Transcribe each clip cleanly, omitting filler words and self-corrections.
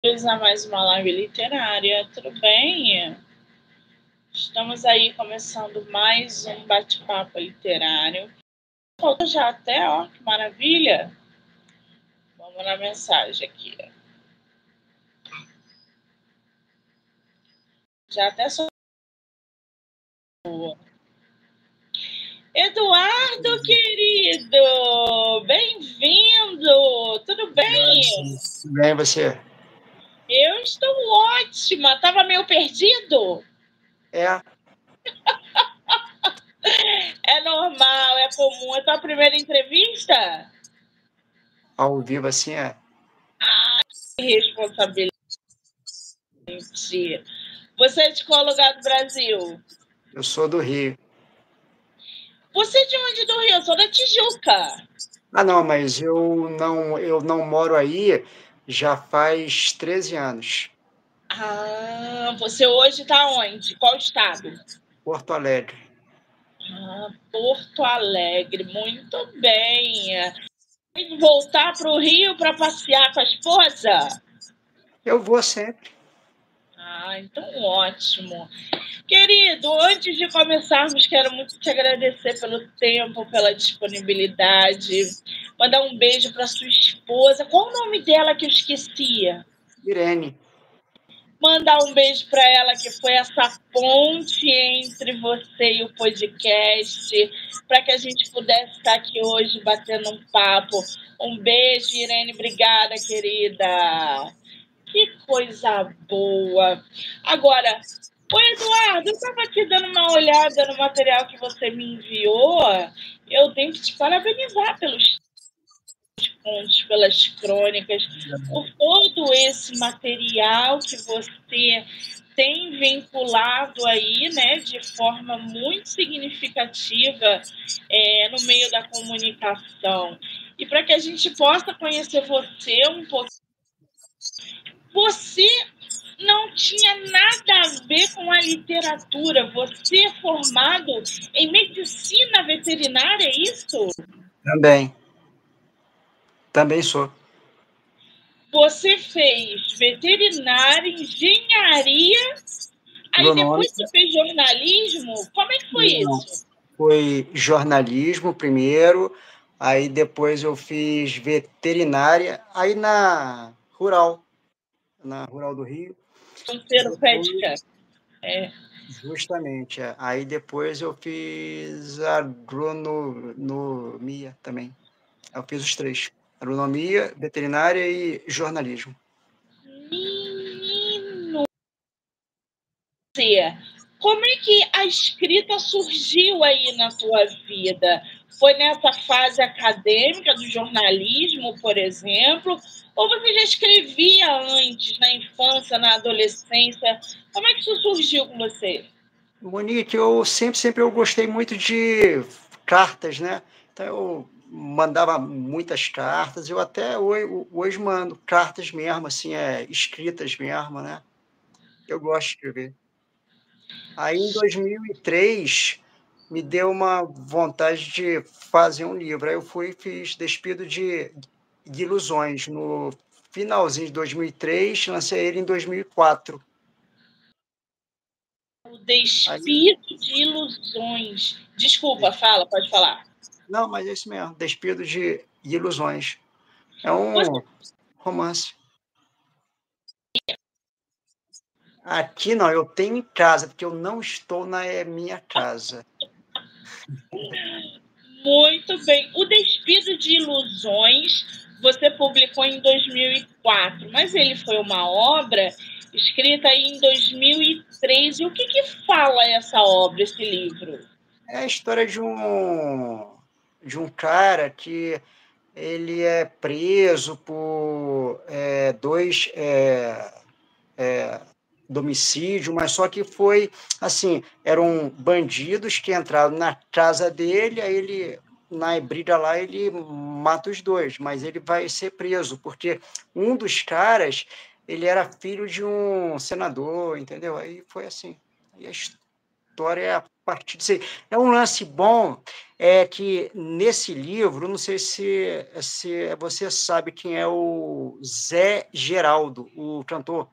A mais uma live literária, tudo bem? Estamos aí começando mais um bate-papo literário. Faltou já até, ó, que maravilha! Vamos na mensagem aqui. Já até sou. Eduardo, querido! Bem-vindo! Tudo bem? Tudo bem, você? Eu estou ótima! Tava meio perdido? É. É normal, é comum. É tua primeira entrevista? Ao vivo assim é. Que responsabilidade. Você é de qual lugar do Brasil? Eu sou do Rio. Você é de onde do Rio? Eu sou da Tijuca. Ah, não, mas eu não moro aí já faz 13 anos. Ah, você hoje está onde? Qual estado? Porto Alegre. Ah, Porto Alegre, muito bem. Tem que voltar para o Rio para passear com a esposa? Eu vou sempre. Ah, então ótimo. Querido, antes de começarmos, quero muito te agradecer pelo tempo, pela disponibilidade. Mandar um beijo para sua esposa. Qual o nome dela que eu esquecia? Irene. Mandar um beijo para ela, que foi essa ponte entre você e o podcast, para que a gente pudesse estar aqui hoje batendo um papo. Um beijo, Irene. Obrigada, querida. Que coisa boa. Agora, ô Eduardo, eu estava aqui dando uma olhada no material que você me enviou. Eu tenho que te parabenizar pelos contos, pelas crônicas, por todo esse material que você tem vinculado aí, né, de forma muito significativa no meio da comunicação. E para que a gente possa conhecer você um pouco, você não tinha nada a ver com a literatura. Você é formado em medicina veterinária, é isso? Também sou. Você fez veterinária, engenharia, aí depois Agronômico. você fez jornalismo? Como é que foi Não. isso? Foi jornalismo primeiro, aí depois eu fiz veterinária, aí na Rural do Rio. Canseiro Depois, pédica. É. justamente, é. Aí depois eu fiz agronomia também. Eu fiz os três: agronomia, veterinária e jornalismo. Menino! Como é que a escrita surgiu aí na tua vida? Foi nessa fase acadêmica do jornalismo, por exemplo? Ou você já escrevia antes, na infância, na adolescência? Como é que isso surgiu com você? Monique, eu sempre eu gostei muito de cartas, né? Então eu mandava muitas cartas, eu até hoje mando cartas mesmo, assim, escritas mesmo, né? Eu gosto de escrever. Aí em 2003 me deu uma vontade de fazer um livro. Aí eu fui e fiz Despido de Ilusões. No finalzinho de 2003, lancei ele em 2004. O Aí, Despido de Ilusões. Desculpa, fala, pode falar. não, mas é isso mesmo, Despido de Ilusões. É Você um romance. Aqui não, eu tenho em casa, porque eu não estou na minha casa. Muito bem. O Despido de Ilusões você publicou em 2004, mas ele foi uma obra escrita aí em 2003. E o que fala essa obra, esse livro? É a história de um cara que ele é preso por dois domicídios, mas só que foi assim, eram bandidos que entraram na casa dele, aí ele, na briga lá, ele mata os dois, mas ele vai ser preso, porque um dos caras, ele era filho de um senador, entendeu? Aí foi assim. Aí história é a partir disso aí. É um lance bom, é que nesse livro, não sei se você sabe quem é o Zé Geraldo, o cantor.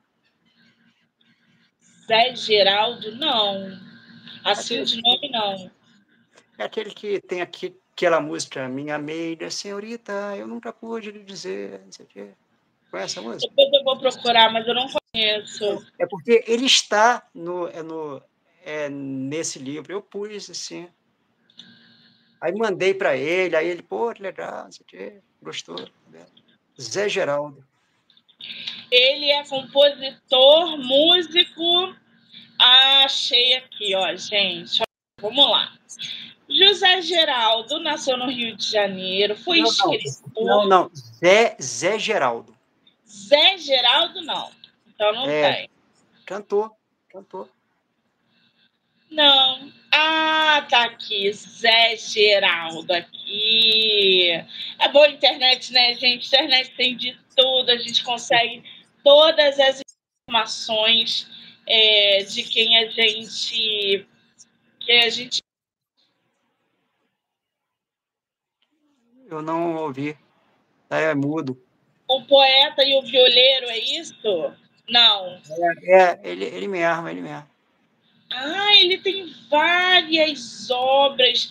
Zé Geraldo, não. Assim Aquele, de nome, não. é aquele que tem aquela música, Minha Meida Senhorita, eu nunca pude lhe dizer, não sei o quê. Conhece essa música? Depois eu vou procurar, mas eu não conheço. É porque ele está nesse livro. Eu pus assim. Aí mandei para ele, aí ele, pô, que legal, não sei o quê, gostou. Tá vendo? Zé Geraldo. Ele é compositor, músico. Achei aqui, ó, gente. Vamos lá. José Geraldo nasceu no Rio de Janeiro, foi Não, não, escritor. não, não. Zé Geraldo. Zé Geraldo, não. Então não É, tem. cantor, cantor. Não. Ah, tá aqui. Zé Geraldo aqui. É boa a internet, né, gente? Internet tem de tudo. A gente consegue todas as informações de quem a gente. Que a gente. Eu não ouvi. É mudo. O poeta e o violeiro, é isso? Não. Ele mesmo, ele mesmo. Ah, ele tem várias obras,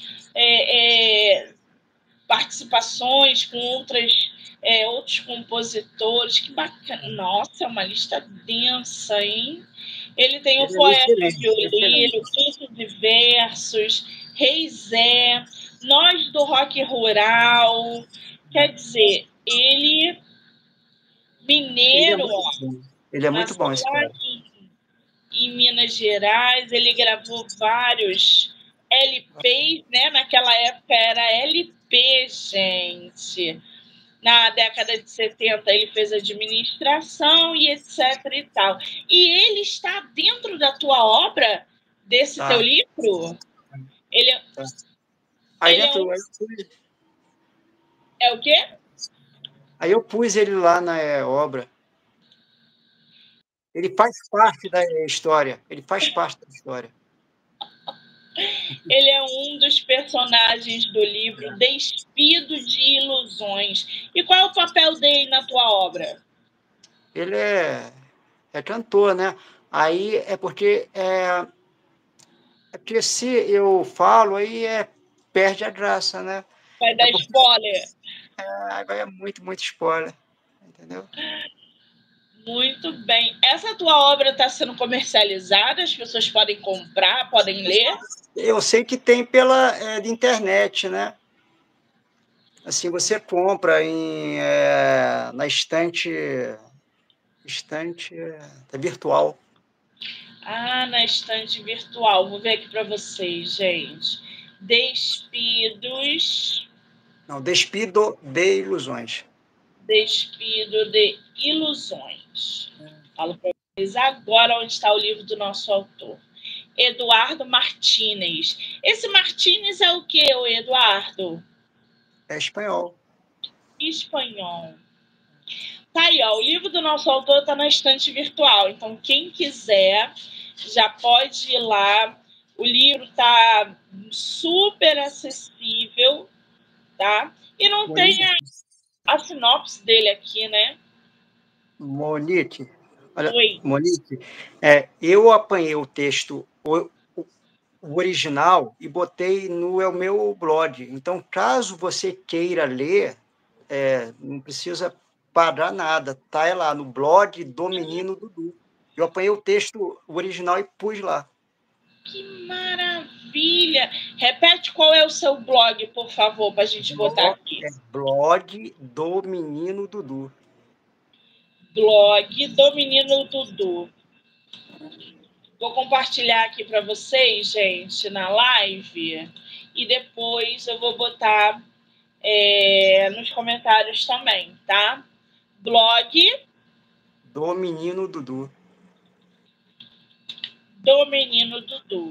participações com outros compositores. Que bacana. Nossa, é uma lista densa, hein? Ele tem o Ele é poeta e o excelente, violeiro, excelente. Quinto de Versos, Rei Zé, Nós do Rock Rural. Quer dizer, ele, Ele é mineiro, muito ó, bom. Ele é muito nasceu bom, esse lá cara. em Minas Gerais, ele gravou vários LPs, né? Naquela época era LP, gente. Na década de 70 ele fez administração e etc e tal. E ele está dentro da tua obra, desse teu Tá, livro? Ele, tá. Aí ele é dentro, um. É o quê? aí eu pus ele lá na obra. Ele faz parte da história. Ele faz parte da história. Ele é um dos personagens do livro Despido de Ilusões. E qual é o papel dele na tua obra? Ele é cantor, né? Aí é porque se eu falo, aí perde a graça, né? Vai É dar porque spoiler. agora é muito, muito spoiler, entendeu? Muito bem. Essa tua obra está sendo comercializada? As pessoas podem comprar, podem ler? Eu sei que tem de internet, né? Assim, você compra na estante virtual. Ah, na estante virtual. Vou ver aqui para vocês, gente. Despidos. Não, Despido de Ilusões. Despido de Ilusões. Falo para vocês agora onde está o livro do nosso autor. Eduardo Martínez. Esse Martínez é o que, Eduardo? É espanhol. Espanhol. Tá aí, ó, o livro do nosso autor está na estante virtual. Então, quem quiser já pode ir lá. O livro está super acessível, tá? E não tem Monique, a sinopse dele aqui, né? Monique, olha, Oi. Monique, eu apanhei o texto, o original, e botei no meu blog. Então, caso você queira ler, não precisa pagar nada, tá? É lá no blog do Menino Dudu. Eu apanhei o texto original e pus lá. Que maravilha! Repete qual é o seu blog, por favor, para a gente botar aqui. Blog do Menino Dudu. Blog do Menino Dudu. Vou compartilhar aqui para vocês, gente, na live. E depois eu vou botar nos comentários também, tá? Blog Do Menino Dudu. do Menino Dudu.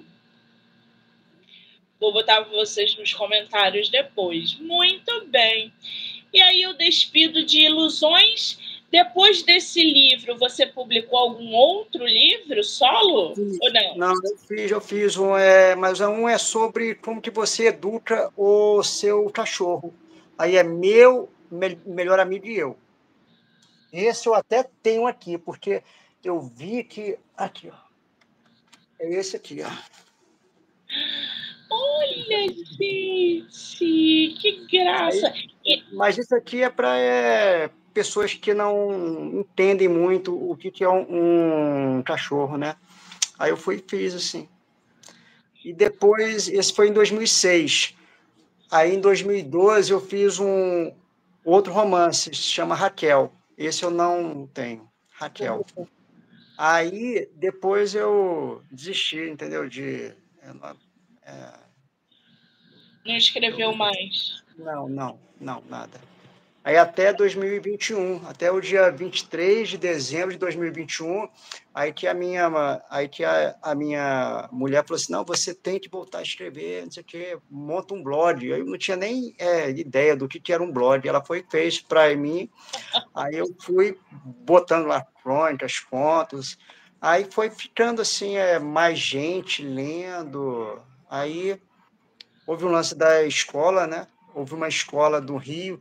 Vou botar para vocês nos comentários depois. Muito bem. E aí eu despido de ilusões. Depois desse livro, você publicou algum outro livro solo? Ou não? Não, eu fiz um, mas um é sobre como que você educa o seu cachorro. Aí é melhor amigo e eu. Esse eu até tenho aqui, porque eu vi que... Aqui, ó. É esse aqui, ó. Olha, gente, que graça! Mas isso aqui é para pessoas que não entendem muito o que é um cachorro, né? Aí eu fiz assim. E depois, esse foi em 2006. Aí em 2012 eu fiz um outro romance, se chama Raquel. Esse eu não tenho, Raquel. Aí depois eu desisti, entendeu? Não escreveu mais. Não, nada. Aí até 2021, até o dia 23 de dezembro de 2021, aí que a minha mulher falou assim, não, você tem que voltar a escrever, não sei o quê, monta um blog. Eu não tinha nem ideia do que era um blog. Ela fez para mim, aí eu fui botando lá crônicas, contos, aí foi ficando assim, mais gente lendo, aí houve um lance da escola, né? Houve uma escola do Rio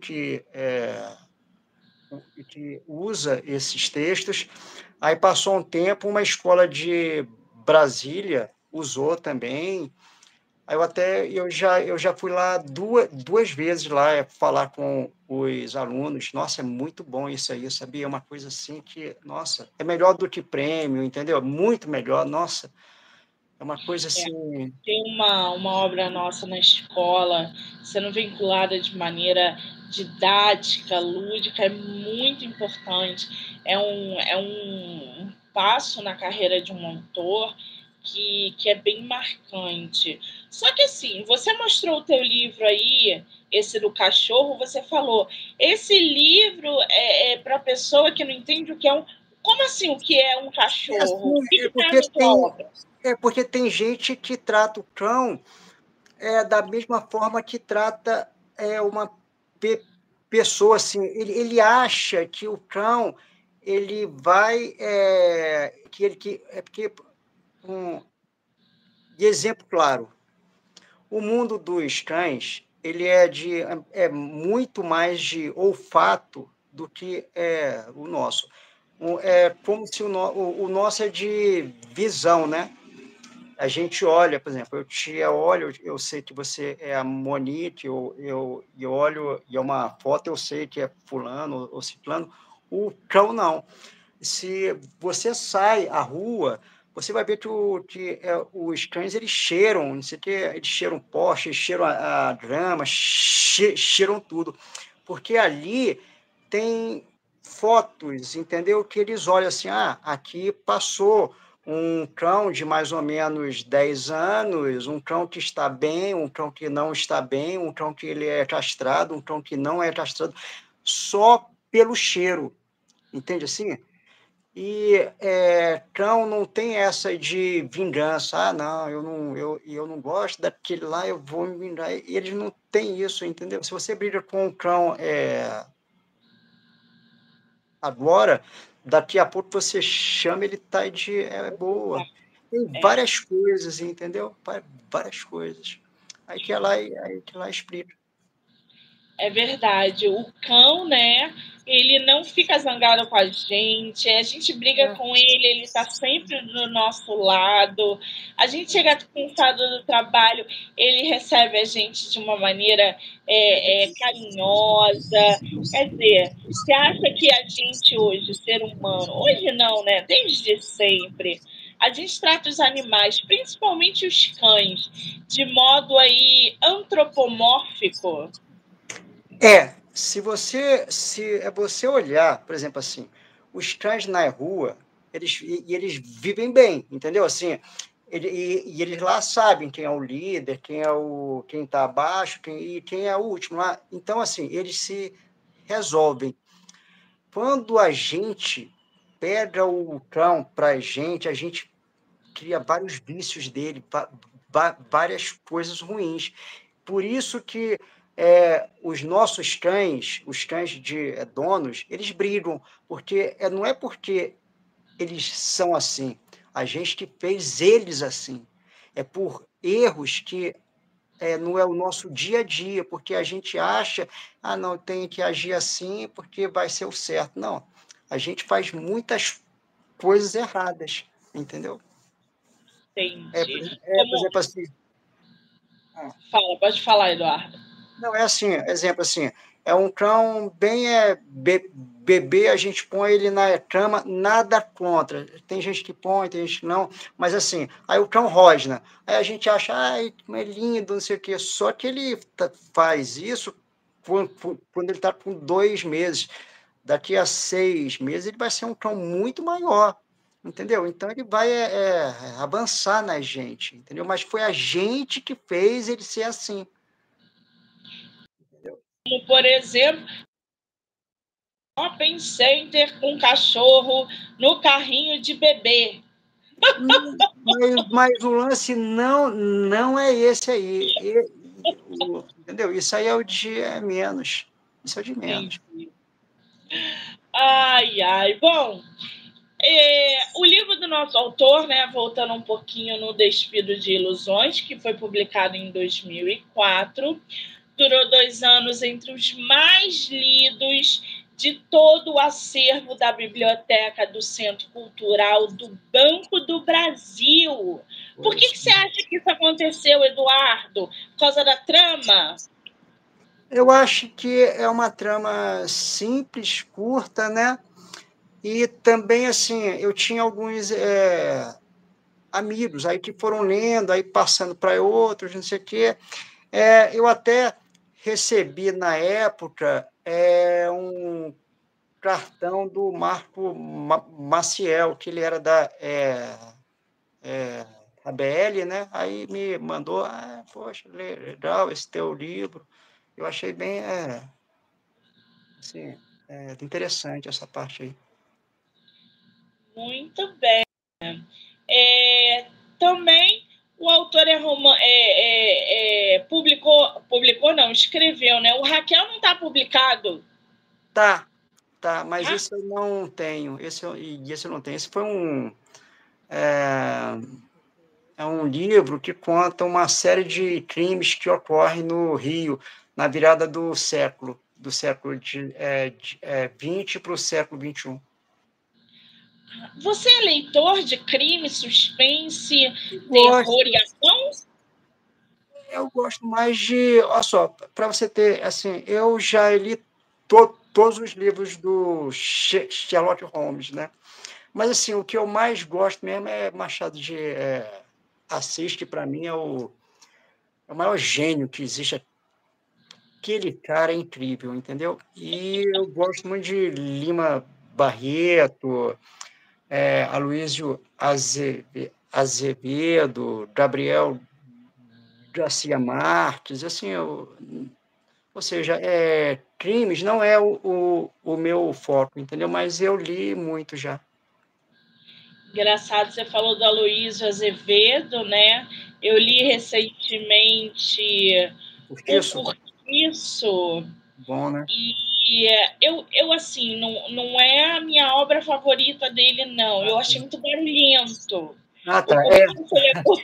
que usa esses textos. Aí passou um tempo, uma escola de Brasília usou também. Aí eu já fui lá duas vezes lá falar com os alunos. Nossa, é muito bom isso aí, sabia? É uma coisa assim que, nossa, é melhor do que prêmio, entendeu? Muito melhor, nossa. É uma coisa assim... Tem uma obra nossa na escola, sendo vinculada de maneira didática, lúdica, é muito importante. É um passo na carreira de um autor que é bem marcante. Só que assim, você mostrou o teu livro aí, esse do cachorro, você falou, esse livro é para pessoa que não entende o que é um... Como assim o que é um cachorro? O que está na tua obra? Porque tem gente que trata o cão da mesma forma que trata uma pessoa assim. Ele acha que o cão ele vai é porque de exemplo claro, o mundo dos cães ele é muito mais de olfato do que o nosso. É como se o nosso é de visão, né? A gente olha, por exemplo, eu te olho, eu sei que você é a Monique, eu olho e é uma foto, eu sei que é fulano ou ciclano. O cão não. Se você sai à rua, você vai ver que os cães eles cheiram, não sei o que, eles cheiram poste, eles cheiram a grama, cheiram tudo, porque ali tem fotos, entendeu? Que eles olham assim, aqui passou um cão de mais ou menos 10 anos, um cão que está bem, um cão que não está bem, um cão que ele é castrado, um cão que não é castrado, só pelo cheiro, entende assim? E cão não tem essa de vingança. Não, eu não gosto daquele lá, eu vou me vingar. E eles não têm isso, entendeu? Se você briga com um cão agora, daqui a pouco você chama, ele tá de boa. Tem várias coisas, entendeu? Várias coisas. Aí que lá explica. É verdade. O cão, né? Ele não fica zangado com a gente briga com ele, ele tá sempre do nosso lado. A gente chega cansado do trabalho, ele recebe a gente de uma maneira carinhosa. Quer dizer, você acha que a gente hoje, ser humano, hoje não, né? Desde sempre, a gente trata os animais, principalmente os cães, de modo aí antropomórfico? Se você olhar, por exemplo, assim, os cães na rua, eles vivem bem, entendeu? Assim, e eles lá sabem quem é o líder, quem está abaixo, quem é o último lá. Então, assim, eles se resolvem. Quando a gente pega o cão para a gente cria vários vícios dele, várias coisas ruins. Por isso que os nossos cães, os cães de donos, eles brigam, porque não é porque eles são assim, a gente que fez eles assim, é por erros que não é o nosso dia a dia, porque a gente acha, não, tem que agir assim porque vai ser o certo. Não, a gente faz muitas coisas erradas, entendeu? Entendi. Por exemplo, assim. Fala, pode falar, Eduardo. Não, é assim, exemplo assim, é um cão bem bebê, a gente põe ele na cama, nada contra. Tem gente que põe, tem gente que não, mas assim, aí o cão rosna. Aí a gente acha, ai, como é lindo, não sei o quê. Só que ele faz isso quando ele está com 2 meses. Daqui a 6 meses ele vai ser um cão muito maior, entendeu? Então ele vai avançar na gente, entendeu? Mas foi a gente que fez ele ser assim. Como, por exemplo, shopping center com cachorro no carrinho de bebê. Mas o lance não é esse aí. Entendeu? Isso aí é o de menos. Isso é o de menos. Ai, ai. Bom, o livro do nosso autor, né, voltando um pouquinho no Despido de Ilusões, que foi publicado em 2004, durou 2 anos, entre os mais lidos de todo o acervo da Biblioteca do Centro Cultural do Banco do Brasil. Por que você acha que isso aconteceu, Eduardo? Por causa da trama? Eu acho que é uma trama simples, curta, né? E também, assim, eu tinha alguns amigos aí que foram lendo, aí passando para outros, não sei o quê. Eu até recebi, na época, um cartão do Marco Maciel, que ele era da ABL, né? Aí me mandou, poxa, legal esse teu livro. Eu achei bem assim, interessante essa parte aí. Muito bem. Também o autor escreveu, né? O Raquel não está publicado. Tá, mas esse eu não tenho. Esse eu não tenho. Esse foi um livro que conta uma série de crimes que ocorrem no Rio na virada do século de 20 para o século 21. Você é leitor de crime, suspense, terror e ação? Eu gosto mais de... Olha só, para você ter, assim, eu já li todos os livros do Sherlock Holmes, né? Mas, assim, o que eu mais gosto mesmo é Machado de Assis, que para mim é o maior gênio que existe. Aquele cara é incrível, entendeu? E eu gosto muito de Lima Barreto, Aloysio Azevedo, Gabriel Garcia Marques, assim, ou seja, crimes não é o meu foco, entendeu? Mas eu li muito já. Engraçado, você falou do Aloysio Azevedo, né? Eu li recentemente O Cortiço. Bom, né? E eu assim, não é a minha obra favorita dele, não. Eu achei muito barulhento. Tá. O Cortiço,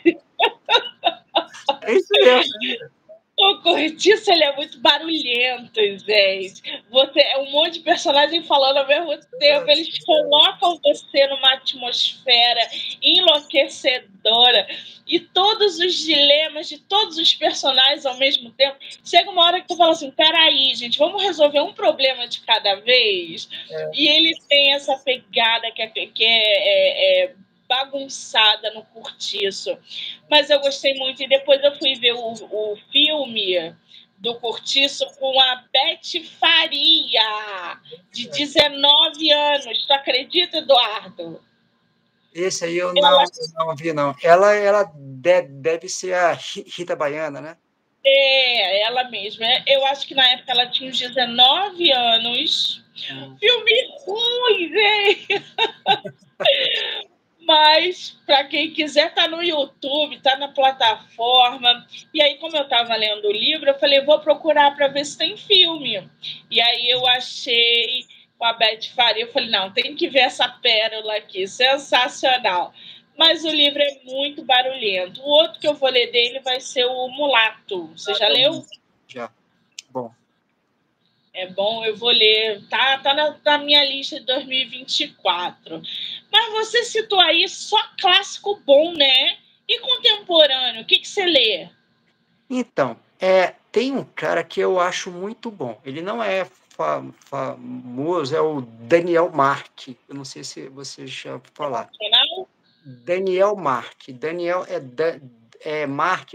é isso mesmo. O Cortiço, ele é muito barulhento, gente. É um monte de personagem falando ao mesmo tempo. Eles colocam você numa atmosfera enlouquecedora. E todos os dilemas de todos os personagens ao mesmo tempo. Chega uma hora que tu fala assim, peraí, gente, vamos resolver um problema de cada vez? E ele tem essa pegada que é bagunçada no Cortiço. Mas eu gostei muito. E depois eu fui ver o filme do Cortiço com a Beth Faria, de 19 anos. Tu acredita, Eduardo? Esse aí eu não vi, não. Ela deve ser a Rita Baiana, né? Ela mesma. Eu acho que na época ela tinha uns 19 anos. Filme ruim, gente! Mas, para quem quiser, tá no YouTube, tá na plataforma. E aí, como eu estava lendo o livro, eu falei, vou procurar para ver se tem filme. E aí eu achei com a Beth Faria, eu falei, não, tem que ver essa pérola aqui, sensacional. Mas o livro é muito barulhento. O outro que eu vou ler dele vai ser o Mulato. Você já leu? Já. Bom. É bom, eu vou ler. Tá na minha lista de 2024. Mas você citou aí só clássico bom, né? E contemporâneo, o que você lê? Então, tem um cara que eu acho muito bom. Ele não é famoso, é o Daniel Mark. Eu não sei se você já ouviu falar. Nacional? Daniel Mark. Daniel é Mark,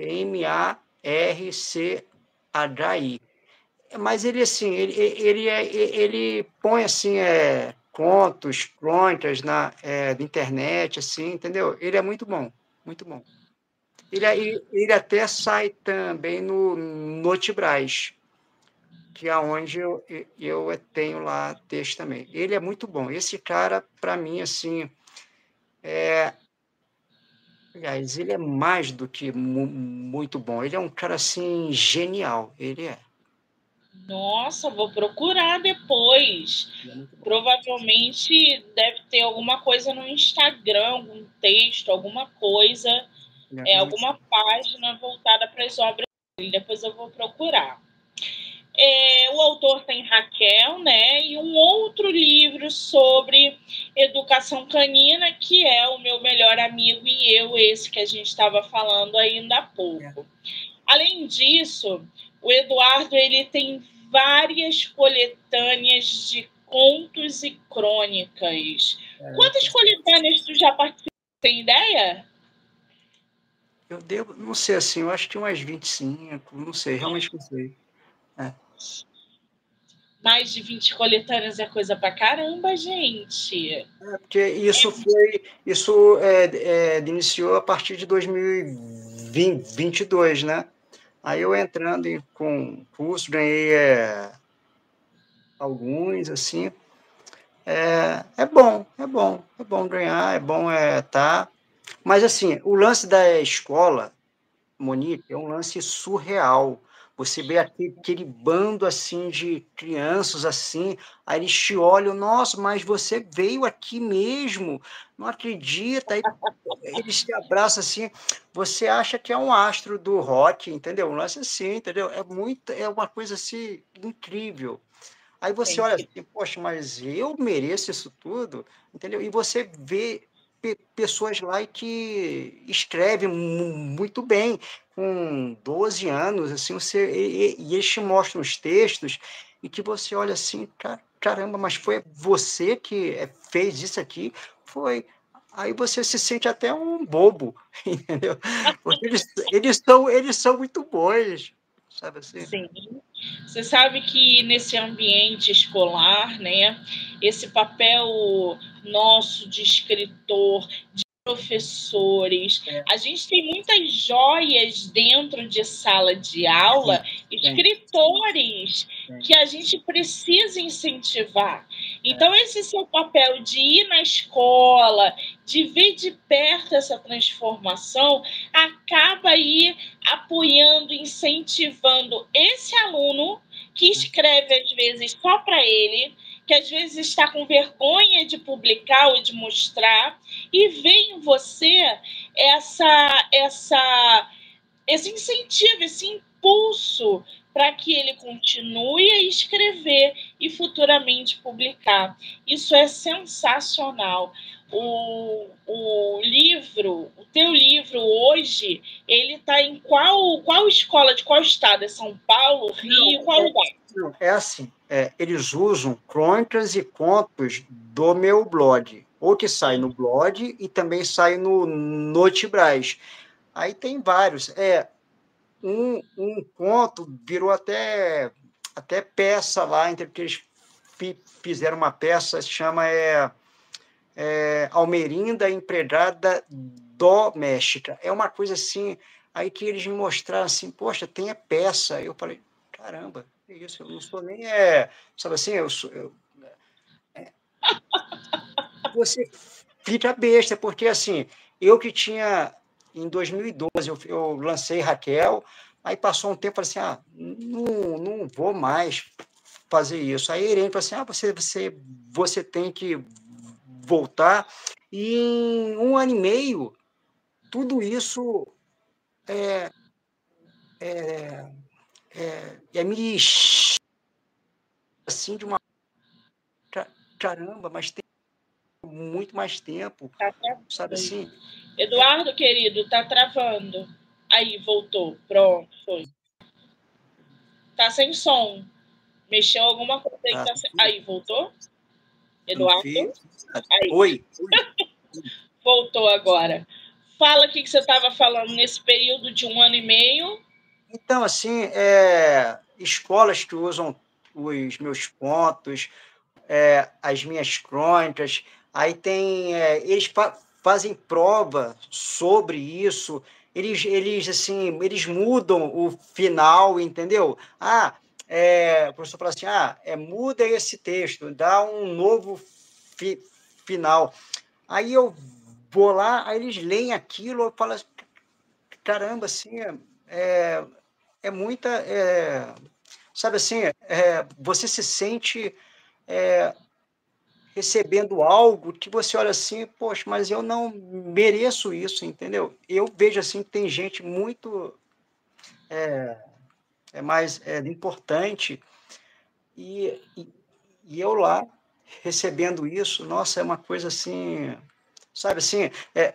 Marchi. Mas ele, assim, ele põe, assim, contos, crônicas na internet, assim, entendeu? Ele é muito bom, muito bom. Ele até sai também no Notibraz, que é onde eu tenho lá texto também. Ele é muito bom. Esse cara, para mim, assim, aliás, ele é mais do que muito bom. Ele é um cara, assim, genial. Ele é. Nossa, vou procurar depois. Ele é muito bom. Provavelmente deve ter alguma coisa no Instagram, algum texto, alguma coisa, alguma página voltada para as obras dele. Depois eu vou procurar. O autor tem Raquel, né? E um outro livro sobre educação canina, que é O Meu Melhor Amigo e Eu, esse que a gente estava falando ainda há pouco. Além disso, o Eduardo ele tem várias coletâneas de contos e crônicas. Quantas coletâneas tu já participou? Tem ideia? Eu devo, não sei, assim, eu acho que umas 25, não sei, realmente não sei. Mais de 20 coletâneas é coisa pra caramba, gente. Porque isso iniciou a partir de 2022, né? Aí eu entrando com curso, ganhei alguns, assim. É bom ganhar, é bom tá. Mas, assim, o lance da escola, Monique, é um lance surreal. Você vê aquele bando assim de crianças assim, aí eles te olham, nossa, mas você veio aqui mesmo, não acredita, aí eles te abraçam assim, você acha que é um astro do rock, entendeu? Um lance assim, entendeu? É uma coisa assim incrível. Aí você olha assim, poxa, mas eu mereço isso tudo, entendeu? E você vê pessoas lá que escrevem muito bem, com 12 anos, assim, e eles te mostram os textos, e que você olha assim, caramba, mas foi você que fez isso aqui? Foi. Aí você se sente até um bobo, entendeu? Porque eles são muito bons, sabe assim? Sim. Você sabe que nesse ambiente escolar, né, esse papel nosso de escritor, de professores, a gente tem muitas joias dentro de sala de aula, escritores que a gente precisa incentivar. Então, esse seu papel de ir na escola, de ver de perto essa transformação, acaba aí apoiando, incentivando esse aluno que escreve às vezes só para ele, que às vezes está com vergonha de publicar ou de mostrar, e vê em você esse incentivo, esse impulso para que ele continue a escrever e futuramente publicar. Isso é sensacional. O teu livro hoje, ele está em qual escola, de qual estado? É São Paulo, Rio, qual lugar? Não, é assim, eles usam crônicas e contos do meu blog, ou que sai no blog e também sai no Notibraz. Aí tem vários. Um conto virou até peça lá, entre que eles fizeram uma peça, se chama Almerinda Empregada Doméstica. É uma coisa assim, aí que eles me mostraram assim, poxa, tem a peça. Eu falei, caramba, que isso, eu não sou nem, sabe assim, você fica besta, porque assim, eu que tinha, em 2012, eu lancei Raquel, aí passou um tempo, falei assim, não vou mais fazer isso. Aí a Irene falou assim, você tem que voltar, e em 1 ano e meio, tudo isso me assim de uma caramba, mas tem muito mais tempo, Tá travando sabe aí. assim? Eduardo, querido, tá travando. Aí, voltou. Pronto, foi. Tá sem som. Mexeu alguma coisa aí que Tá, tá sem... Aí, voltou? não Eduardo? fiz. Aí, Oi. voltou agora. Fala o que você estava falando nesse período de 1 ano e meio. Então, assim, escolas que usam os meus contos, as minhas crônicas, aí tem, eles fazem prova sobre isso, eles, assim, eles mudam o final, entendeu? O professor fala assim, muda esse texto, dá um novo final. Aí eu vou lá, aí eles leem aquilo, eu falo assim, caramba, assim, é, é muita, sabe assim, você se sente recebendo algo que você olha assim, poxa, mas eu não mereço isso, entendeu? Eu vejo assim que tem gente muito mais importante e eu lá recebendo isso, nossa, é uma coisa assim, sabe assim,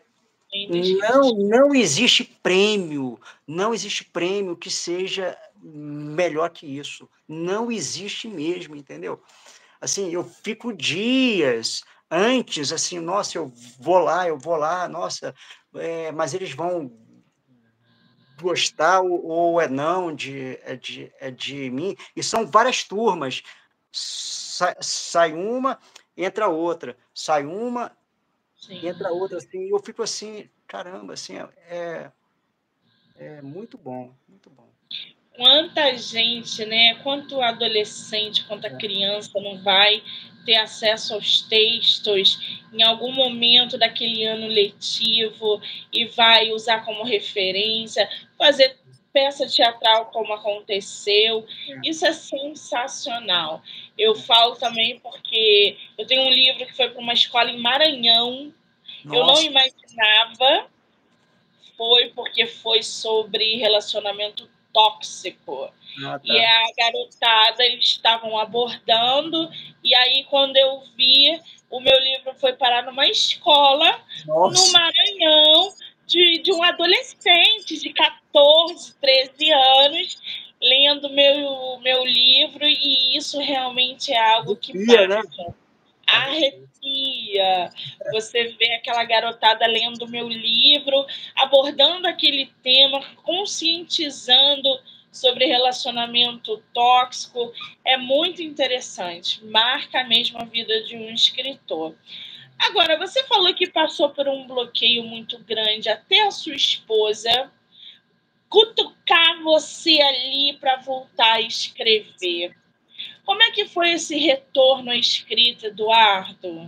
não existe prêmio, não existe prêmio que seja melhor que isso, não existe mesmo, entendeu? Assim, eu fico dias antes, assim, nossa, eu vou lá, nossa, mas eles vão gostar ou não de mim, e são várias turmas, sai uma, entra outra, sai uma, Sim. entra outra, assim, e eu fico assim, caramba, assim, é muito bom, muito bom. Quanta gente, né? Quanto adolescente, quanta criança não vai ter acesso aos textos em algum momento daquele ano letivo e vai usar como referência, fazer peça teatral como aconteceu. Isso é sensacional. Eu falo também porque eu tenho um livro que foi para uma escola em Maranhão. Eu não Nossa. imaginava, foi porque foi sobre relacionamento tóxico. E Tá. a garotada eles estavam abordando, e aí quando eu vi, o meu livro foi parar numa escola no Nossa. Maranhão de um adolescente de 14, 13 anos lendo meu livro, e isso realmente é algo que Arrepia, né? marca. Arrepia. Você vê aquela garotada lendo meu livro, abordando aquele tema, conscientizando sobre relacionamento tóxico. É muito interessante. Marca mesmo a vida de um escritor. Agora, você falou que passou por um bloqueio muito grande até a sua esposa cutucar você ali para voltar a escrever. Como é que foi esse retorno à escrita, Eduardo?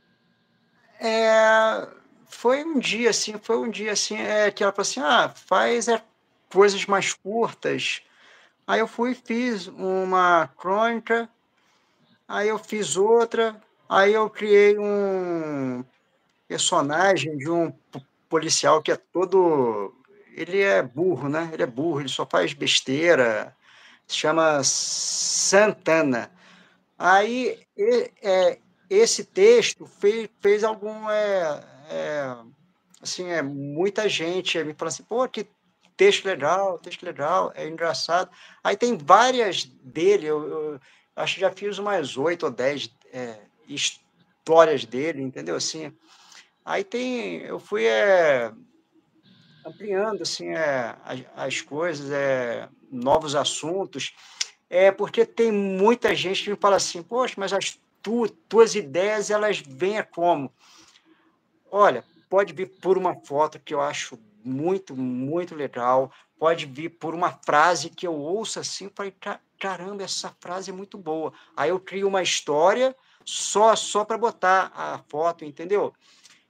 Foi um dia assim, que ela falou assim, faz coisas mais curtas. Aí eu fui e fiz uma crônica, aí eu fiz outra, aí eu criei um personagem de um policial que é todo... Ele é burro, né? Ele é burro, ele só faz besteira, se chama Santana. Aí, esse texto fez algum... assim, muita gente me fala assim, pô, que texto legal, é engraçado. Aí tem várias dele, eu acho que já fiz umas 8 ou 10 histórias dele, entendeu? Assim, aí eu fui ampliando assim, as coisas, novos assuntos, porque tem muita gente que me fala assim, poxa, mas as tuas ideias, elas vêm como? Olha, pode vir por uma foto que eu acho muito, muito legal, pode vir por uma frase que eu ouço assim, e falei, caramba, essa frase é muito boa. Aí eu crio uma história só para botar a foto, entendeu?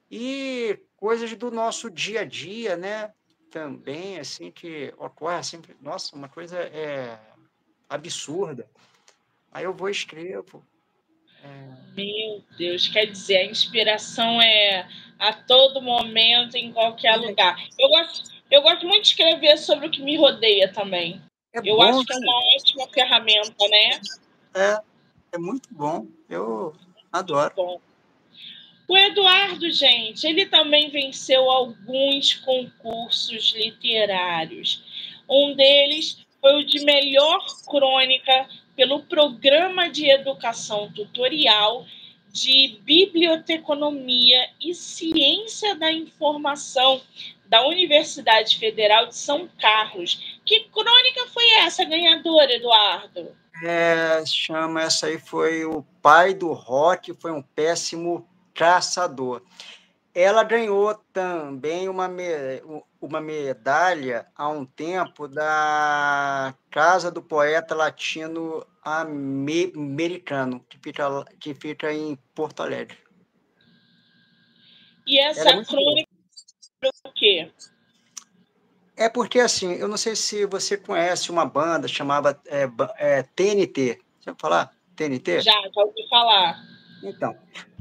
e coisas do nosso dia a dia, né? Também, assim, que ocorre sempre. Nossa, uma coisa absurda. Aí eu vou e escrevo. Meu Deus, quer dizer, a inspiração é a todo momento, em qualquer lugar. Eu gosto muito de escrever sobre o que me rodeia também. É Eu bom, acho que é né? uma ótima ferramenta, né? É, é muito bom. Eu adoro. Bom. O Eduardo, gente, ele também venceu alguns concursos literários. Um deles foi o de melhor crônica pelo Programa de Educação Tutorial de Biblioteconomia e Ciência da Informação da Universidade Federal de São Carlos. Que crônica foi essa, ganhadora, Eduardo? Essa aí foi o pai do rock, foi um péssimo caçador. Ela ganhou também uma medalha há um tempo da Casa do Poeta Latino-Americano, que fica em Porto Alegre. E Ela é essa muito boa. crônica é o quê? É porque, assim, eu não sei se você conhece uma banda chamada TNT. Você vai falar? TNT? Já ouvi falar. Então,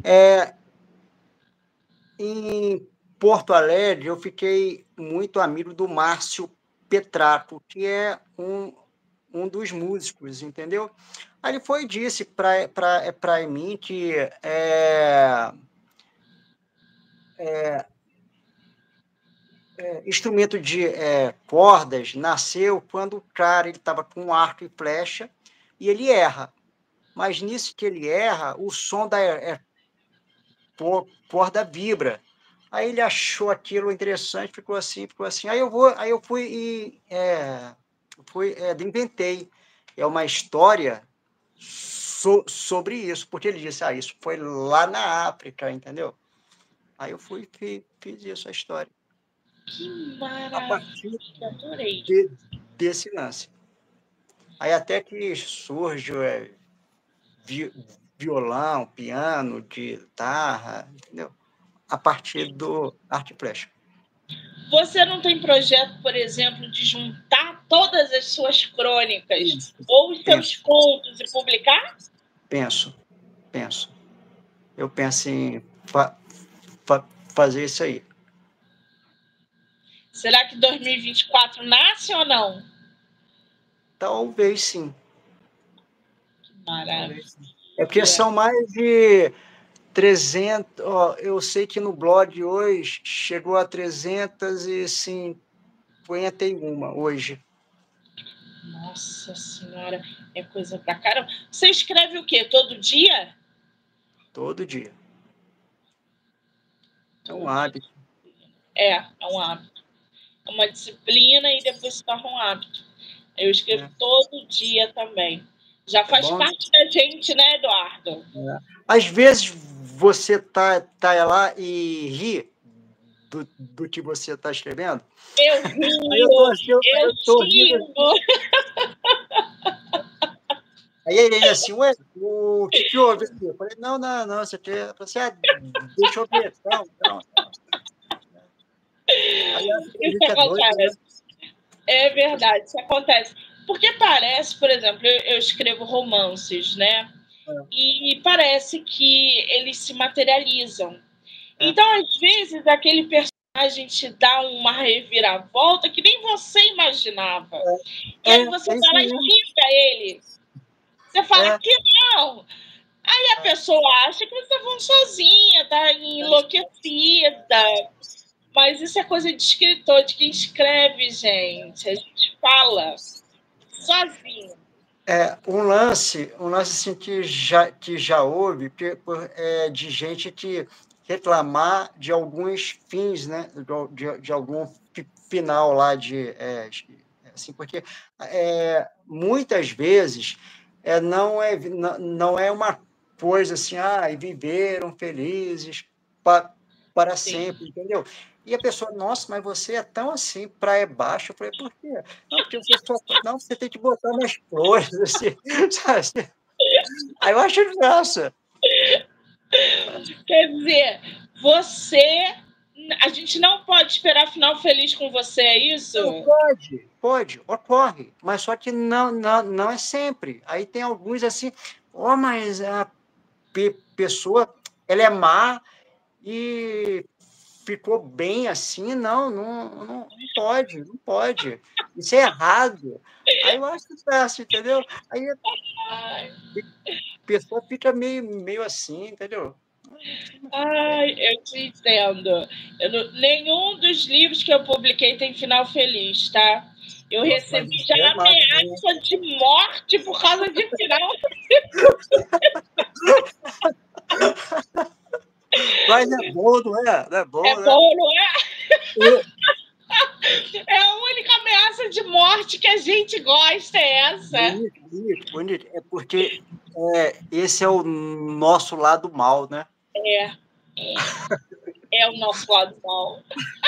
em Porto Alegre, eu fiquei muito amigo do Márcio Petraco, que é um dos músicos, entendeu? Aí ele foi e disse para mim que instrumento de cordas nasceu quando o cara estava com um arco e flecha e ele erra. Mas nisso que ele erra, o som da corda vibra. Aí ele achou aquilo interessante, ficou assim. Aí eu fui e inventei. É uma história sobre isso, porque ele disse, isso foi lá na África, entendeu? Aí eu fui e fiz isso, a história. Que A partir maravilha, adorei. desse lance. Aí até que surge violão, piano, guitarra, entendeu? A partir do arco e flecha. Você não tem projeto, por exemplo, de juntar todas as suas crônicas ou os seus Penso, contos e publicar? penso. Eu penso em fazer isso aí. Será que 2024 nasce ou não? Talvez sim. Maravilha. É porque são mais de 300. Eu sei que no blog hoje chegou a 351 hoje. Nossa Senhora, é coisa pra caramba. Você escreve o quê? Todo dia? Todo dia. É um hábito. É um hábito. É uma disciplina e depois se torna um hábito. Eu escrevo todo dia também. Já faz bom, parte da gente, né, Eduardo? Às vezes você tá lá e ri do que você está escrevendo. Eu rio, eu xingo. Aí ele ainda assim, ué, o que houve aqui? Eu falei, não, você quer. Você deixa eu ver. Não. Aí Isso fica doido, né? É verdade, isso acontece. Porque parece, por exemplo, eu escrevo romances, né? E parece que eles se materializam. Então, às vezes, aquele personagem te dá uma reviravolta que nem você imaginava. E aí você vai lá e cita ele. Você fala que não. Aí a pessoa acha que você está falando sozinha, tá enlouquecida. Mas isso é coisa de escritor, de quem escreve, gente. A gente fala sozinho. Um lance assim, que já houve de gente que reclamar de alguns fins, né? De algum final lá assim, porque muitas vezes não é uma coisa assim, viveram felizes para sempre, entendeu? E a pessoa, nossa, mas você é tão assim, praia baixa. Eu falei, por quê? Não, porque você tem que botar mais flores, assim, sabe? Aí eu acho graça. Quer dizer, A gente não pode esperar final feliz com você, é isso? Não, pode, ocorre, mas só que não é sempre. Aí tem alguns assim, mas a pessoa, ela é má e ficou bem assim, não pode, não pode. Isso é errado. Aí eu acho que é assim, entendeu? Aí Ai, a pessoa fica meio assim, entendeu? ai, eu te entendo. Nenhum dos livros que eu publiquei tem final feliz, tá? Eu Nossa, mas recebi isso já é má também, hein? ameaça de morte por causa de final. Mas é bom, não é? Não é É bom, né? bom, não é? É a única ameaça de morte que a gente gosta, é essa. Bonito, bonito, bonito. É porque esse é o nosso lado mal, né? É, é, é o nosso lado mal.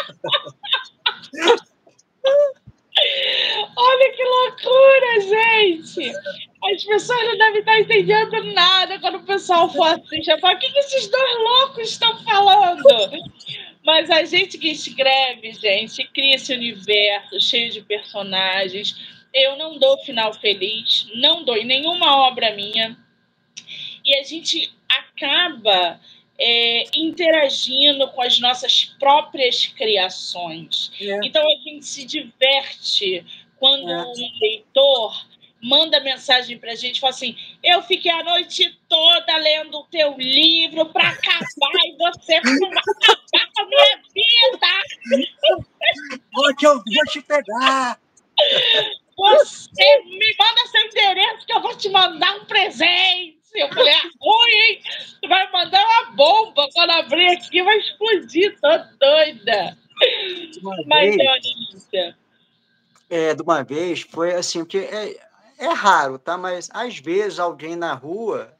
Olha que loucura, gente! As pessoas não devem estar entendendo nada quando o pessoal for assistir. O que esses dois loucos estão falando? Mas a gente que escreve, gente, cria esse universo cheio de personagens. Eu não dou final feliz, não dou em nenhuma obra minha. E a gente acaba interagindo com as nossas próprias criações. É, Então a gente se diverte quando é. um leitor manda mensagem para a gente e fala assim: eu fiquei a noite toda lendo o teu livro para acabar e você não vai acabar com a minha vida. Eu vou te pegar. Você me manda seu endereço que eu vou te mandar um presente. Eu falei, oi, hein? Tu vai mandar uma bomba. Quando abrir aqui vai explodir. Tô doida. Mas é uma delícia. De uma vez foi assim, porque é raro, tá? Mas às vezes alguém na rua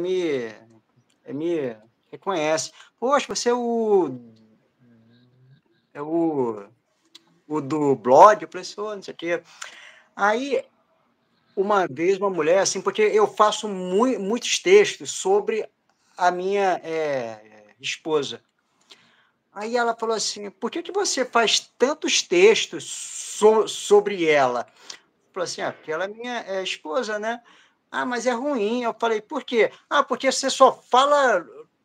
me reconhece. Poxa, você é o do blog? Eu falei, não sei o quê. Aí, uma vez, uma mulher, assim, porque eu faço muitos textos sobre a minha esposa. Aí ela falou assim, por que você faz tantos textos sobre ela? Falou assim, porque ela é minha esposa, né? Ah, mas é ruim. Eu falei, por quê? Ah, porque você só fala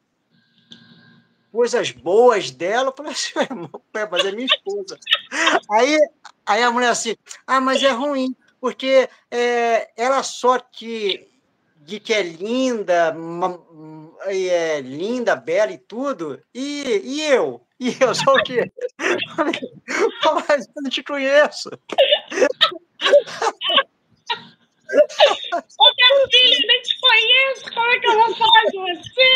coisas boas dela. Eu falei assim, mas é minha esposa. Aí, aí a mulher assim, mas é ruim, porque ela só que é linda, é linda, bela e tudo, e eu? E eu sou o quê? Mas eu não te conheço. Ô, minha filha, eu nem te conheço. Como é que eu vou falar de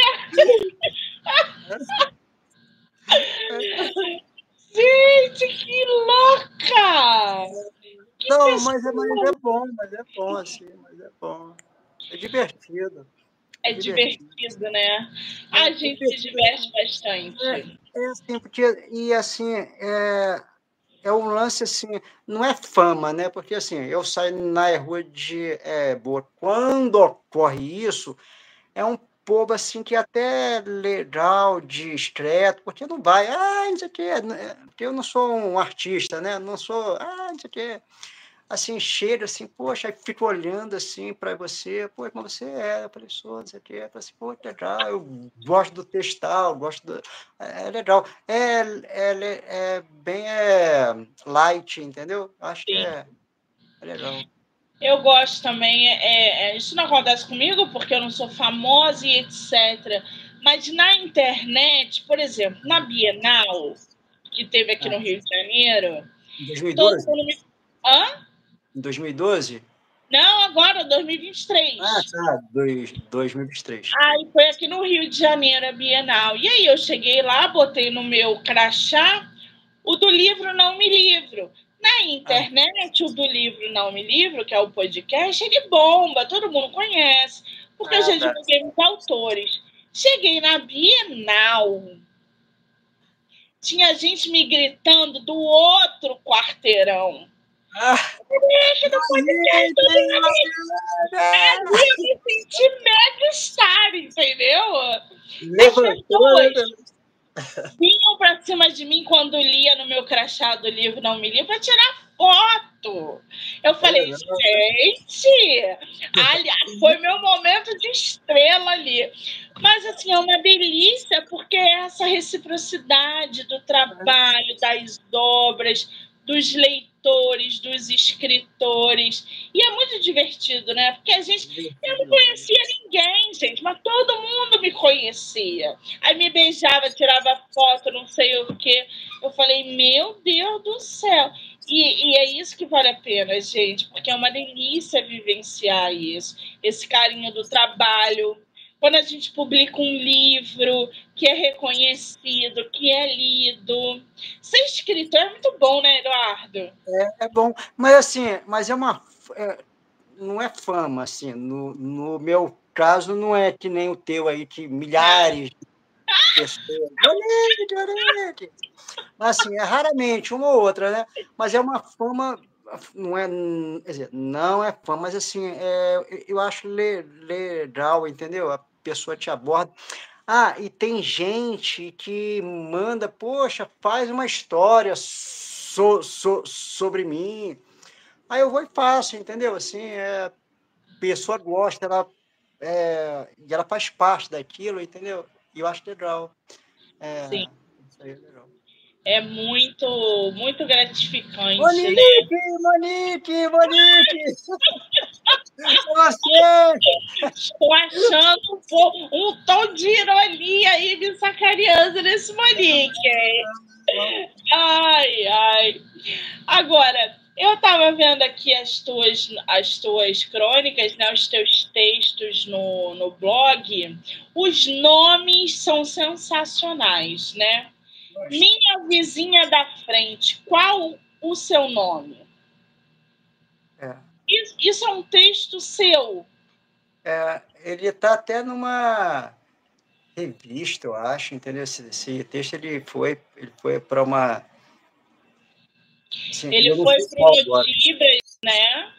você? Gente, que louca! Que Não, mas é pessoa! bom, assim, mas é bom. É divertido. É divertido, né? A gente se Divertido, diverte bastante. assim, porque, e assim, é um lance assim, não é fama, né? Porque assim, eu saio na rua de boa. Quando ocorre isso, é um povo assim que é até legal, discreto, porque não vai, não sei o quê, porque eu não sou um artista, né? Não sou, não sei o quê. Assim, cheiro, assim, poxa, aí fico olhando assim para você, pô, como você é, eu falei, sou, não sei o quê, eu falei assim, pô, legal, eu gosto do textal, gosto do. É legal. É bem light, entendeu? Acho que Sim. é legal. Eu gosto também. Isso não acontece comigo porque eu não sou famosa e etc. Mas na internet, por exemplo, na Bienal, que teve aqui Ah, no Rio de Janeiro, em todo 2012? mundo me. Hã? Em 2012? Não, agora, 2023. Tá, 2023. Aí foi aqui no Rio de Janeiro a Bienal. E aí eu cheguei lá, botei no meu crachá o do livro Não Me Livro. Na Ah, internet, o do livro Não Me Livro, que é o podcast, ele bomba, todo mundo conhece, porque eu já tá. divulguei muitos autores. Cheguei na Bienal, tinha gente me gritando do outro quarteirão. Ah, Que do podcast, eu me senti mega estar, entendeu? As levantou, pessoas né? Vinham para cima de mim quando lia no meu crachá do livro Não Me Li para tirar foto. Eu falei, gente, aliás, foi meu momento de estrela ali. Mas, assim, é uma delícia, porque é essa reciprocidade do trabalho, das obras, dos leitores, dos escritores. E é muito divertido, né? Porque eu não conhecia ninguém, gente, mas todo mundo me conhecia. Aí me beijava, tirava foto, não sei o quê. Eu falei, meu Deus do céu. E é isso que vale a pena, gente, porque é uma delícia vivenciar isso, esse carinho do trabalho. Quando a gente publica um livro que é reconhecido, que é lido. Ser escritor é muito bom, né, Eduardo? É bom, mas assim, mas não é fama, assim, no meu caso não é que nem o teu aí, que milhares de pessoas, Janete. Mas assim, é raramente, uma ou outra, né? Mas é uma fama, não é, quer dizer, não é fama, mas assim, eu acho legal, entendeu? A pessoa te aborda. Ah, e tem gente que manda, poxa, faz uma história sobre mim. Aí eu vou e faço, entendeu? Assim, a pessoa gosta, e ela faz parte daquilo, entendeu? E eu acho legal. Sim. Isso aí é legal. É muito, muito gratificante, né? Monique! Você! Estou achando um tom de ironia aí me sacaneando nesse Monique, hein? Ai, ai. Agora, eu estava vendo aqui as tuas crônicas, né, os teus textos no blog. Os nomes são sensacionais, né? Minha vizinha da frente, qual o seu nome? Isso é um texto seu. Ele está até numa revista, eu acho, entendeu? Esse texto ele foi para uma. Assim, Ele eu não foi sei para qual o agora. Libras, né?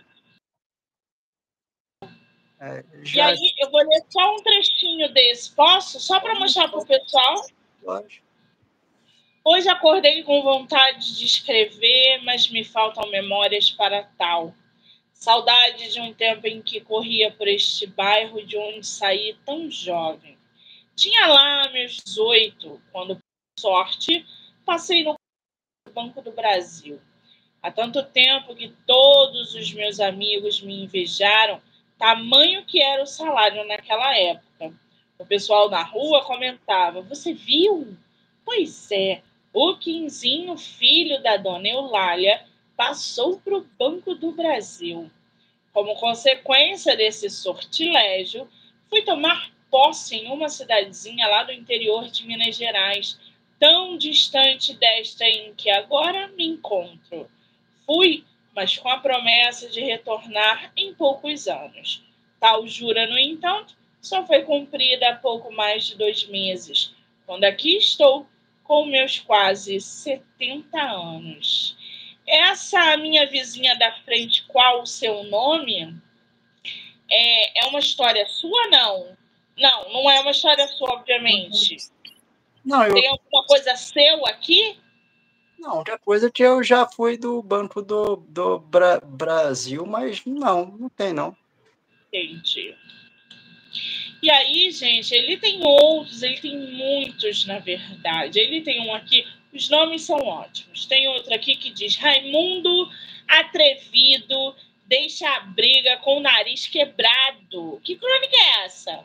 E Já. aí eu vou ler só um trechinho desse, posso? Só para mostrar para o pessoal. Pode. Hoje acordei com vontade de escrever, mas me faltam memórias para tal. Saudade de um tempo em que corria por este bairro de onde saí tão jovem. Tinha lá meus 18, quando, por sorte, passei no Banco do Brasil. Há tanto tempo que todos os meus amigos me invejaram, tamanho que era o salário naquela época. O pessoal na rua comentava: Você viu? Pois é, o Quinzinho, filho da dona Eulália, passou para o Banco do Brasil. Como consequência desse sortilégio, fui tomar posse em uma cidadezinha lá do interior de Minas Gerais, tão distante desta em que agora me encontro. Fui, mas com a promessa de retornar em poucos anos. Tal jura, no entanto, só foi cumprida há pouco mais de 2 meses, quando aqui estou com meus quase 70 anos. Essa minha vizinha da frente, qual o seu nome? É uma história sua, não? Não, não é uma história sua, obviamente. Não, Tem alguma coisa seu aqui? não, outra coisa que eu já fui do Banco do Brasil, mas não tem, não. Entendi. E aí, gente, ele tem outros, ele tem muitos, na verdade. Ele tem um aqui, os nomes são ótimos. Tem outro aqui que diz: Raimundo Atrevido deixa a briga com o nariz quebrado. Que crônica é essa?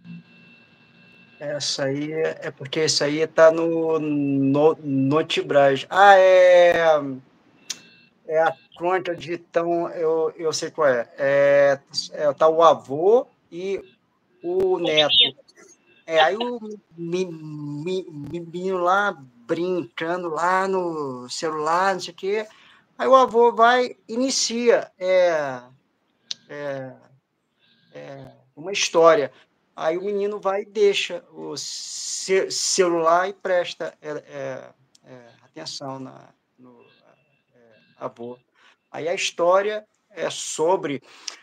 Essa aí é porque esse aí está no Notibras. É a crônica de então, eu sei qual é. Tá o avô e o neto. Aí o menino lá brincando lá no celular, não sei o quê. Aí o avô vai, inicia uma história. Aí o menino vai e deixa o celular e presta atenção no avô. Aí a história é sobre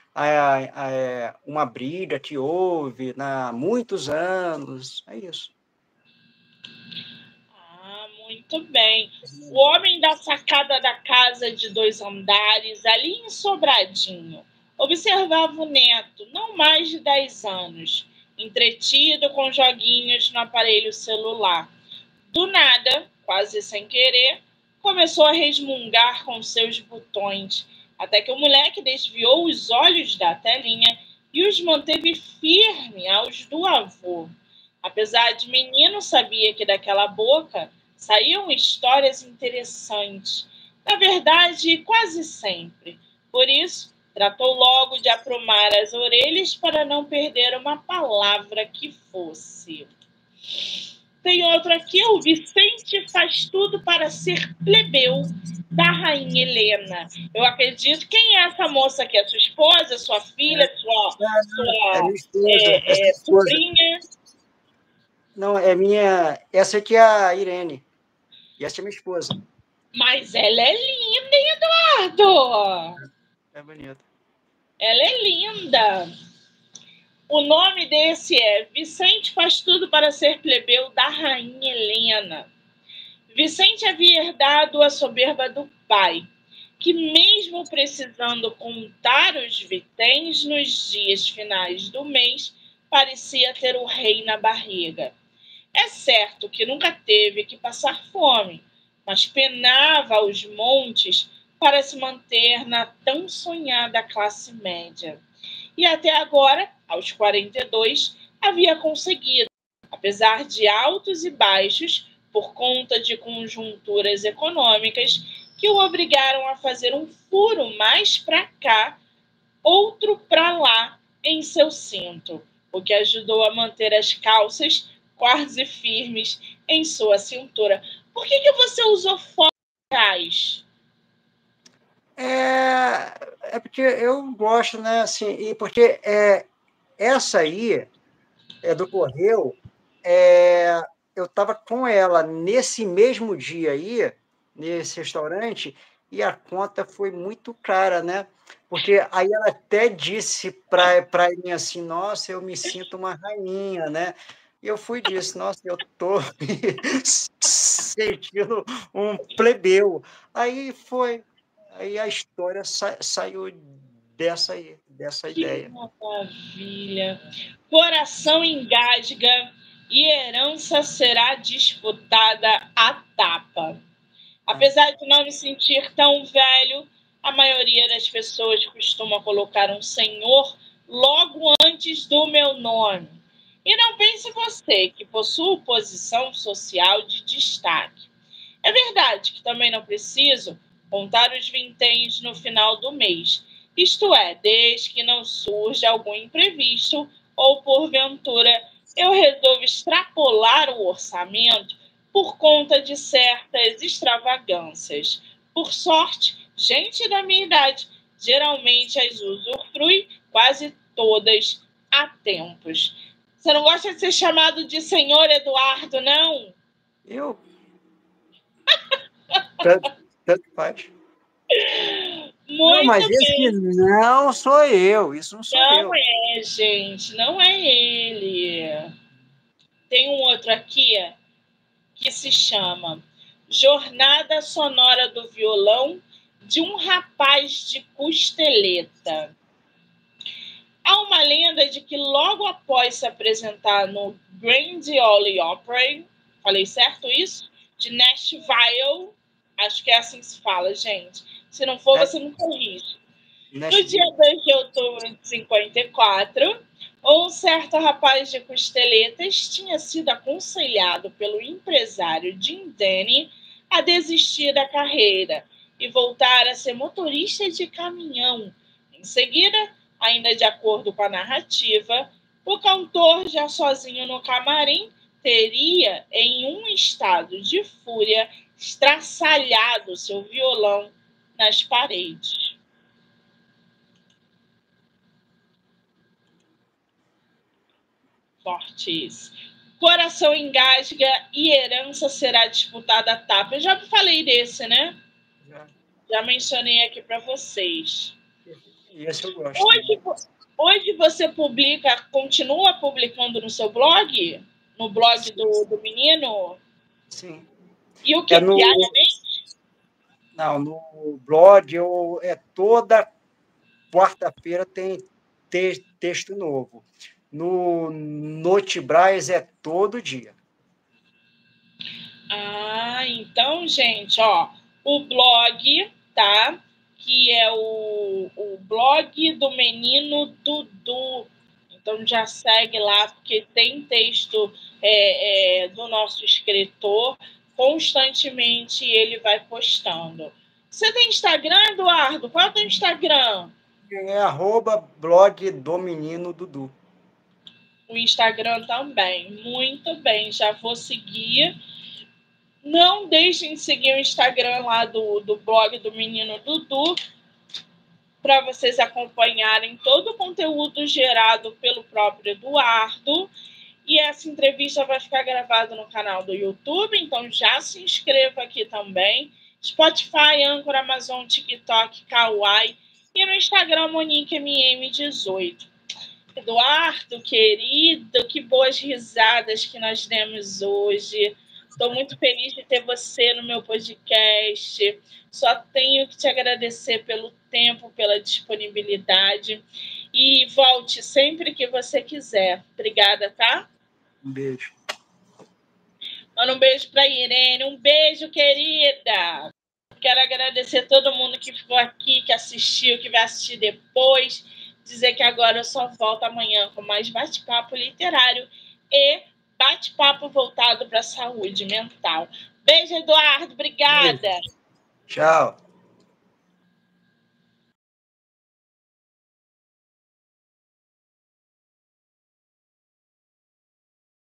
uma briga que houve há muitos anos. É isso. Muito bem. O homem da sacada da casa de 2 andares, ali em Sobradinho, observava o neto, não mais de 10 anos, entretido com joguinhos no aparelho celular. Do nada, quase sem querer, começou a resmungar com seus botões, até que o moleque desviou os olhos da telinha e os manteve firme aos do avô. Apesar de menino, sabia que daquela boca saíam histórias interessantes. Na verdade, quase sempre. Por isso, tratou logo de aprumar as orelhas para não perder uma palavra que fosse. Tem outro aqui, o Vicente faz tudo para ser plebeu, da Rainha Helena. Eu acredito. Quem é essa moça aqui? É sua esposa, sua filha, É minha esposa. sobrinha? Não, é minha. Essa aqui é a Irene. E essa é minha esposa. Mas ela é linda, hein, Eduardo? É bonita. Ela é linda. O nome desse é Vicente faz tudo para ser plebeu, da Rainha Helena. Vicente havia herdado a soberba do pai, que mesmo precisando contar os vitens nos dias finais do mês, parecia ter o rei na barriga. É certo que nunca teve que passar fome, mas penava aos montes para se manter na tão sonhada classe média. E até agora, aos 42, havia conseguido, apesar de altos e baixos, por conta de conjunturas econômicas que o obrigaram a fazer um furo mais para cá, outro para lá em seu cinto, o que ajudou a manter as calças quase firmes em sua cintura. Por que você usou fotos? É porque eu gosto, né? Assim, e porque essa aí é do Correio. Eu estava com ela nesse mesmo dia aí, nesse restaurante, e a conta foi muito cara, né? Porque aí ela até disse para mim assim, nossa, eu me sinto uma rainha, né? E eu fui e disse, nossa, eu tô me sentindo um plebeu. Aí a história saiu dessa Que ideia. maravilha! Coração engasga e herança será disputada à tapa. Apesar de não me sentir tão velho, a maioria das pessoas costuma colocar um senhor logo antes do meu nome. E não pense você que possuo posição social de destaque. É verdade que também não preciso contar os vinténs no final do mês, isto é, desde que não surja algum imprevisto ou, porventura, eu resolvo extrapolar o orçamento por conta de certas extravagâncias. Por sorte, gente da minha idade geralmente as usufrui quase todas a tempos. Você não gosta de ser chamado de senhor Eduardo, não? Eu tanto faz. Não, Muito mas esse bem. não sou eu, isso não sou Não eu. é, gente, não é ele. Tem um outro aqui que se chama Jornada Sonora do Violão de um Rapaz de Costeleta. Há uma lenda de que logo após se apresentar no Grand Ole Opry, falei certo isso? De Nashville, acho que é assim que se fala, gente. Se não for, você me corrige. No dia Nashville. 2 de outubro de 54, um certo rapaz de costeletas tinha sido aconselhado pelo empresário Jim Denny a desistir da carreira e voltar a ser motorista de caminhão. Em seguida, ainda de acordo com a narrativa, o cantor, já sozinho no camarim, teria, em um estado de fúria, estraçalhado seu violão nas paredes. Fortes. Coração engasga e herança será disputada a tapa. Eu já falei desse, né? Já mencionei aqui para vocês. Esse eu gosto também. Hoje você continua publicando no seu blog? No blog do menino? Sim. E o que diariamente? Não, no blog toda quarta-feira tem texto novo. No Notebras é todo dia. Ah, então, gente, ó, o blog, tá? Que é o blog do Menino Dudu. Então já segue lá, porque tem texto do nosso escritor. Constantemente ele vai postando. Você tem Instagram, Eduardo? Qual é o teu Instagram? É @blog do Menino Dudu. O Instagram também. Muito bem, já vou seguir. Não deixem de seguir o Instagram lá do blog do Menino Dudu, para vocês acompanharem todo o conteúdo gerado pelo próprio Eduardo. E essa entrevista vai ficar gravada no canal do YouTube, então já se inscreva aqui também. Spotify, Anchor, Amazon, TikTok, Kawaii e no Instagram MoniqueMM18. Eduardo, querido, que boas risadas que nós demos hoje. Estou muito feliz de ter você no meu podcast. Só tenho que te agradecer pelo tempo, pela disponibilidade. E volte sempre que você quiser. Obrigada, tá? Um beijo. Manda um beijo para a Irene. Um beijo, querida. Quero agradecer todo mundo que ficou aqui, que assistiu, que vai assistir depois. Dizer que agora eu só volto amanhã com mais bate-papo literário e bate-papo voltado para a saúde mental. Beijo, Eduardo. Obrigada. Tchau.